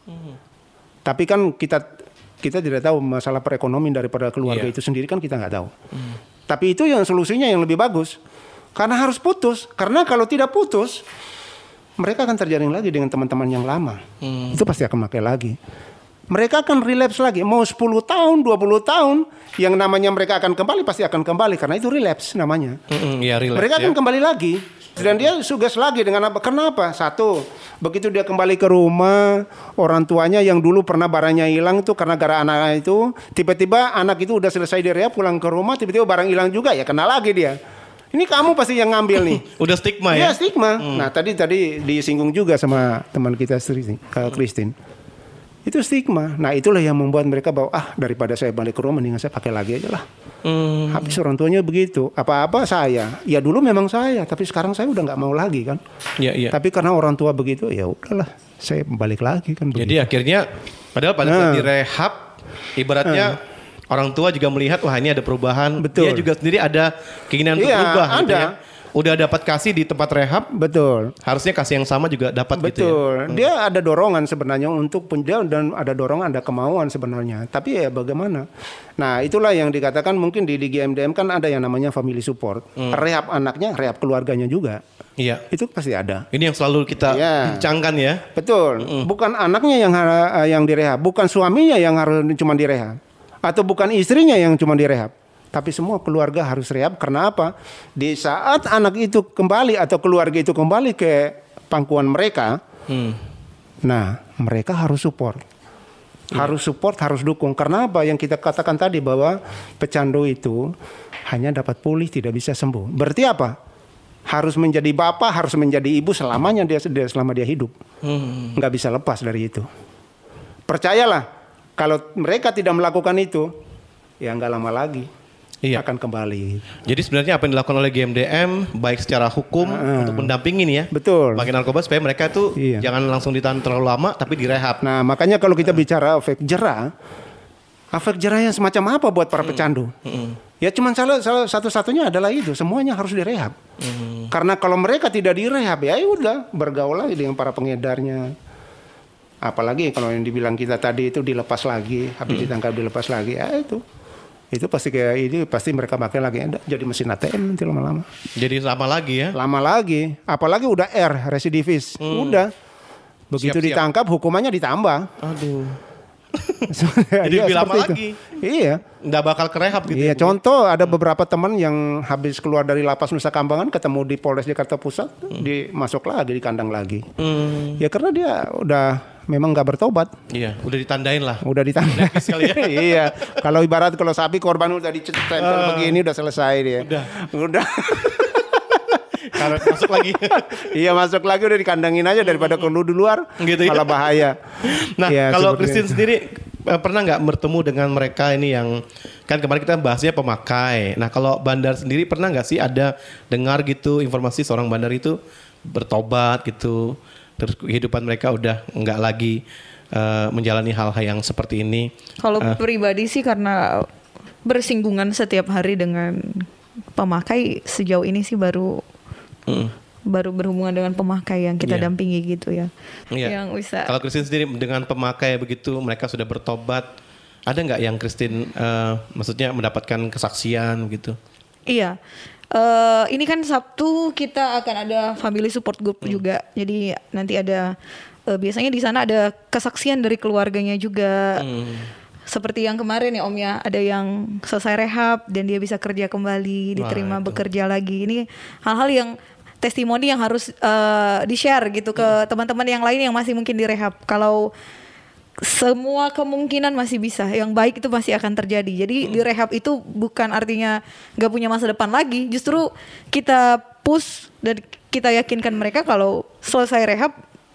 Tapi kan kita tidak tahu masalah perekonomian daripada keluarga itu sendiri kan kita nggak tahu. Tapi itu yang solusinya yang lebih bagus. Karena harus putus. Karena kalau tidak putus, mereka akan terjaring lagi dengan teman-teman yang lama. Itu pasti akan pakai lagi. Mereka akan relapse lagi. Mau 10 tahun, 20 tahun, yang namanya mereka akan kembali, pasti akan kembali. Karena itu relapse namanya. Ya, relapse, mereka akan kembali lagi. Dan dia sugas lagi dengan apa? Kenapa? Satu, begitu dia kembali ke rumah, orang tuanya yang dulu pernah barangnya hilang itu karena gara anak itu, tiba-tiba anak itu udah selesai direhab, pulang ke rumah, tiba-tiba barang hilang juga, ya kena lagi dia. Ini kamu pasti yang ngambil nih. Udah stigma ya? Iya, stigma. Nah, tadi disinggung juga sama teman kita Christine. Itu stigma. Nah, itulah yang membuat mereka bahwa daripada saya balik ke rumah mendingan saya pakai lagi aja lah. Habis orang tuanya begitu. Apa-apa saya. Ya dulu memang saya, tapi sekarang saya udah nggak mau lagi kan. Iya. Tapi karena orang tua begitu, ya udahlah, saya balik lagi kan. Jadi akhirnya padahal pada saat direhab ibaratnya orang tua juga melihat wah ini ada perubahan. Betul. Dia juga sendiri ada keinginan untuk berubah gitu ya. Udah dapat kasih di tempat rehab. Betul. Harusnya kasih yang sama juga dapat gitu ya. Betul. Dia ada dorongan sebenarnya untuk penjauh dan ada dorongan, ada kemauan sebenarnya. Tapi ya bagaimana? Nah, itulah yang dikatakan mungkin di GMDM kan ada yang namanya family support. Rehab anaknya, rehab keluarganya juga. Iya. Itu pasti ada. Ini yang selalu kita bincangkan ya. Betul. Bukan anaknya yang direhab, bukan suaminya yang harus cuma direhab. Atau bukan istrinya yang cuma direhab, tapi semua keluarga harus rehab. Karena apa? Di saat anak itu kembali atau keluarga itu kembali ke pangkuan mereka, nah mereka harus support, harus dukung. Karena apa? Yang kita katakan tadi bahwa pecandu itu hanya dapat pulih, tidak bisa sembuh. Berarti apa? Harus menjadi bapak, harus menjadi ibu selamanya selama dia hidup, nggak bisa lepas dari itu. Percayalah. Kalau mereka tidak melakukan itu, ya nggak lama lagi akan kembali. Jadi sebenarnya apa yang dilakukan oleh GMDM, baik secara hukum untuk mendampingi nih ya. Betul. Bagi narkoba supaya mereka itu jangan langsung ditahan terlalu lama, tapi direhab. Nah makanya kalau kita bicara efek jerah yang semacam apa buat para pecandu? Ya cuma salah satu-satunya adalah itu, semuanya harus direhab. Karena kalau mereka tidak direhab, ya udah bergaul lagi dengan para pengedarnya. Apalagi kalau yang dibilang kita tadi itu dilepas lagi, habis ditangkap dilepas lagi, ya itu pasti kayak ini pasti mereka pakai lagi, jadi mesin ATM nanti lama-lama. Jadi lama lagi ya? Lama lagi, apalagi udah residivis, udah begitu ditangkap hukumannya ditambah. Aduh. Jadi lebih lama seperti lagi. Iya. Nggak bakal kerehab gitu. Iya, contoh ada beberapa teman yang habis keluar dari lapas Nusa Kambangan ketemu di Polres Jakarta Pusat, masuk lagi di kandang lagi. Ya karena dia udah memang nggak bertobat. Iya, udah ditandain lah. Udah ditandain. Kali ya. Iya. Kalau sapi korban udah ditempel begini udah selesai dia. Udah. Karet masuk lagi. Iya, masuk lagi udah dikandangin aja daripada keluar di luar. Gitu ya. Malah bahaya. Nah, ya, kalau Christine sendiri pernah nggak bertemu dengan mereka ini yang kan kemarin kita bahasnya pemakai. Nah, kalau Bandar sendiri pernah nggak sih ada dengar gitu informasi seorang Bandar itu bertobat gitu, terus kehidupan mereka udah nggak lagi menjalani hal-hal yang seperti ini? Kalau pribadi sih karena bersinggungan setiap hari dengan pemakai, sejauh ini sih baru berhubungan dengan pemakai yang kita dampingi gitu ya. Yang bisa. Kalau Christine sendiri dengan pemakai begitu, mereka sudah bertobat, ada nggak yang Christine maksudnya mendapatkan kesaksian gitu? Iya. Ini kan Sabtu kita akan ada family support group juga. Jadi nanti ada biasanya di sana ada kesaksian dari keluarganya juga. Seperti yang kemarin ya Om ya, ada yang selesai rehab dan dia bisa kerja kembali, diterima bekerja lagi. Ini hal-hal yang testimoni yang harus di-share gitu ke teman-teman yang lain yang masih mungkin direhab. Kalau semua kemungkinan masih bisa, yang baik itu masih akan terjadi. Jadi direhab itu bukan artinya gak punya masa depan lagi. Justru kita push dan kita yakinkan mereka kalau selesai rehab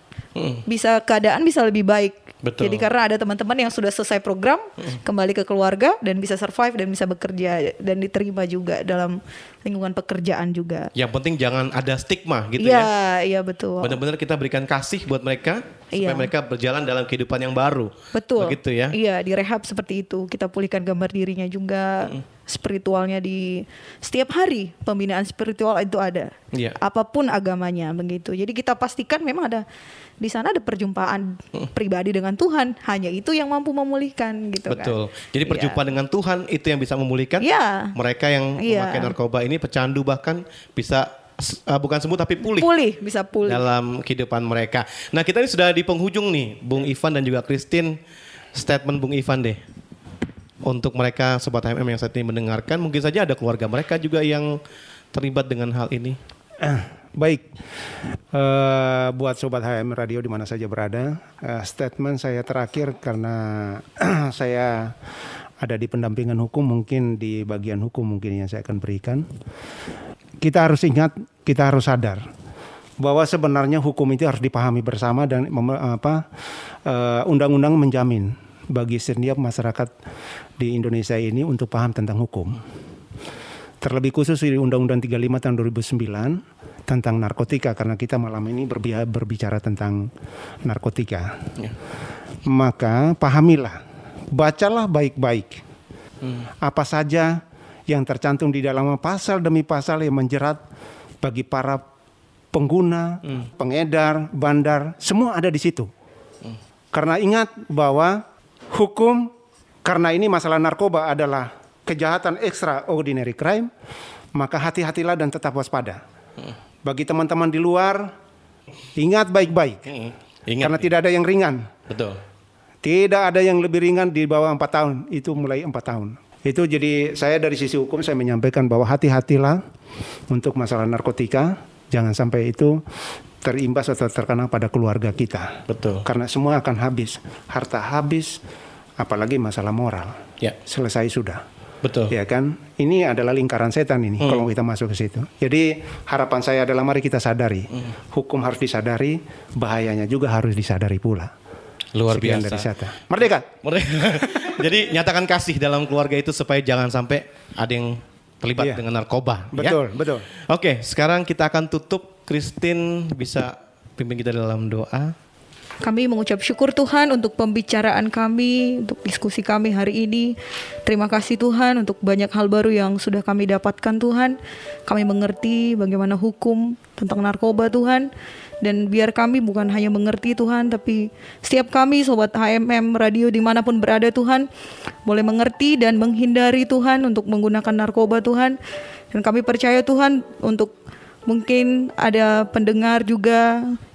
keadaan bisa lebih baik. Betul. Jadi karena ada teman-teman yang sudah selesai program kembali ke keluarga dan bisa survive dan bisa bekerja dan diterima juga dalam lingkungan pekerjaan juga. Yang penting jangan ada stigma gitu ya. Iya betul. Benar-benar kita berikan kasih buat mereka supaya mereka berjalan dalam kehidupan yang baru. Betul. Begitu ya. Iya, di rehab seperti itu. Kita pulihkan gambar dirinya juga. Spiritualnya di setiap hari pembinaan spiritual itu ada. Iya. Apapun agamanya begitu. Jadi kita pastikan memang ada di sana ada perjumpaan pribadi dengan Tuhan. Hanya itu yang mampu memulihkan gitu. Betul. Jadi perjumpaan dengan Tuhan itu yang bisa memulihkan mereka yang memakai narkoba ini, pecandu bahkan bisa bukan sembuh tapi pulih. Bisa pulih dalam kehidupan mereka. Nah, kita ini sudah di penghujung nih, Bung Ivan dan juga Christine. Statement Bung Ivan deh. Untuk mereka Sobat HMM yang saat ini mendengarkan, mungkin saja ada keluarga mereka juga yang terlibat dengan hal ini. Baik, buat Sobat HMM Radio di mana saja berada, statement saya terakhir karena saya ada di pendampingan hukum, mungkin di bagian hukum mungkin yang saya akan berikan. Kita harus ingat, kita harus sadar bahwa sebenarnya hukum itu harus dipahami bersama dan undang-undang menjamin bagi setiap masyarakat di Indonesia ini untuk paham tentang hukum. Terlebih khusus di Undang-Undang 35 tahun 2009 tentang narkotika, karena kita malam ini berbicara tentang narkotika. Maka pahamilah, bacalah baik-baik apa saja yang tercantum di dalam pasal demi pasal yang menjerat bagi para pengguna, pengedar, bandar, semua ada di situ. Karena ingat bahwa hukum, karena ini masalah narkoba adalah kejahatan extraordinary crime, maka hati-hatilah dan tetap waspada. Bagi teman-teman di luar, ingat baik-baik. Karena tidak ada yang ringan. Betul. Tidak ada yang lebih ringan di bawah 4 tahun. Itu mulai 4 tahun. Itu jadi saya dari sisi hukum saya menyampaikan bahwa hati-hatilah untuk masalah narkotika. Jangan sampai itu terimbas atau terkena pada keluarga kita. Betul. Karena semua akan habis. Harta habis, apalagi masalah moral. Ya. Selesai sudah. Betul. Ya kan? Ini adalah lingkaran setan ini kalau kita masuk ke situ. Jadi harapan saya adalah mari kita sadari. Hukum harus disadari, bahayanya juga harus disadari pula. Luar Sekian biasa. dari Sata. Merdeka. Jadi nyatakan kasih dalam keluarga itu supaya jangan sampai ada yang terlibat dengan narkoba. Betul, ya? betul. Oke, sekarang kita akan tutup. Christine bisa pimpin kita dalam doa. Kami mengucap syukur Tuhan untuk pembicaraan kami, untuk diskusi kami hari ini. Terima kasih Tuhan untuk banyak hal baru yang sudah kami dapatkan Tuhan. Kami mengerti bagaimana hukum tentang narkoba Tuhan. Dan biar kami bukan hanya mengerti Tuhan, tapi setiap kami Sobat HMM Radio dimanapun berada Tuhan, boleh mengerti dan menghindari Tuhan untuk menggunakan narkoba Tuhan. Dan kami percaya Tuhan untuk mungkin ada pendengar juga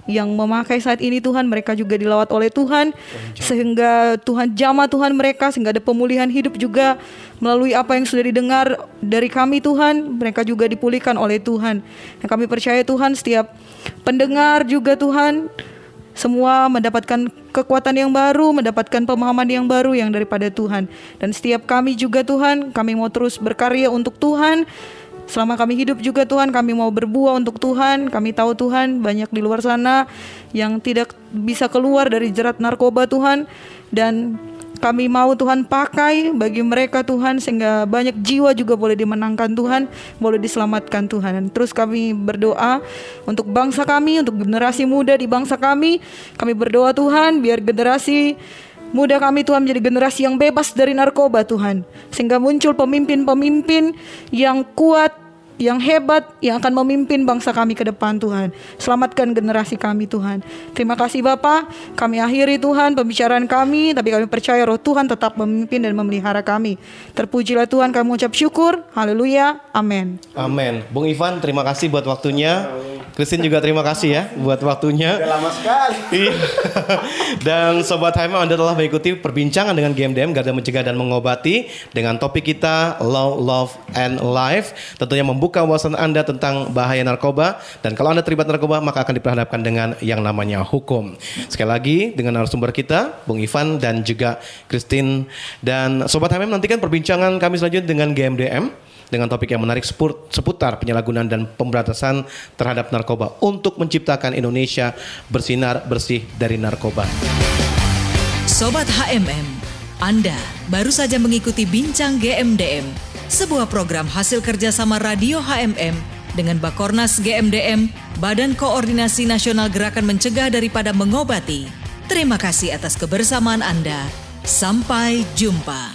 yang memakai saat ini Tuhan, mereka juga dilawat oleh Tuhan, sehingga Tuhan jamah Tuhan mereka, sehingga ada pemulihan hidup juga melalui apa yang sudah didengar dari kami Tuhan, mereka juga dipulihkan oleh Tuhan. Dan kami percaya Tuhan, setiap pendengar juga Tuhan, semua mendapatkan kekuatan yang baru, mendapatkan pemahaman yang baru yang daripada Tuhan. Dan setiap kami juga Tuhan, kami mau terus berkarya untuk Tuhan. Selama kami hidup juga Tuhan, kami mau berbuah untuk Tuhan. Kami tahu Tuhan, banyak di luar sana yang tidak bisa keluar dari jerat narkoba Tuhan. Dan kami mau Tuhan pakai bagi mereka Tuhan, sehingga banyak jiwa juga boleh dimenangkan Tuhan, boleh diselamatkan Tuhan. Dan terus kami berdoa untuk bangsa kami, untuk generasi muda di bangsa kami. Kami berdoa Tuhan, biar generasi muda kami Tuhan menjadi generasi yang bebas dari narkoba Tuhan, sehingga muncul pemimpin-pemimpin yang kuat, yang hebat, yang akan memimpin bangsa kami ke depan Tuhan. Selamatkan generasi kami Tuhan. Terima kasih Bapa. Kami akhiri Tuhan pembicaraan kami, tapi kami percaya Roh Tuhan tetap memimpin dan memelihara kami. Terpujilah Tuhan, kami mengucap syukur. Haleluya. Amin. Amin. Bung Ivan, terima kasih buat waktunya. Christine juga terima kasih ya buat waktunya. Udah lama sekali. Dan Sobat HMM, Anda telah mengikuti perbincangan dengan GMDM, Garda Mencegah dan Mengobati, dengan topik kita Law, Love, and Life. Tentunya membuka wawasan Anda tentang bahaya narkoba. Dan kalau Anda terlibat narkoba, maka akan diperhadapkan dengan yang namanya hukum. Sekali lagi dengan narasumber kita, Bung Ivan dan juga Christine. Dan Sobat HMM, nantikan perbincangan kami selanjutnya dengan GMDM, dengan topik yang menarik seputar penyalahgunaan dan pemberantasan terhadap narkoba untuk menciptakan Indonesia bersinar bersih dari narkoba. Sobat HMM, Anda baru saja mengikuti Bincang GMDM, sebuah program hasil kerjasama Radio HMM dengan Bakornas GMDM, Badan Koordinasi Nasional Gerakan Mencegah Daripada Mengobati. Terima kasih atas kebersamaan Anda. Sampai jumpa.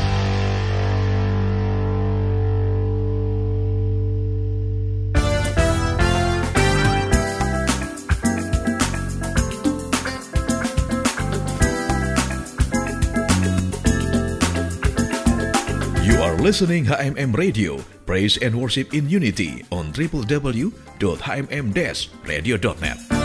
Listening HMM Radio, Praise and Worship in Unity on www.hmm-radio.net.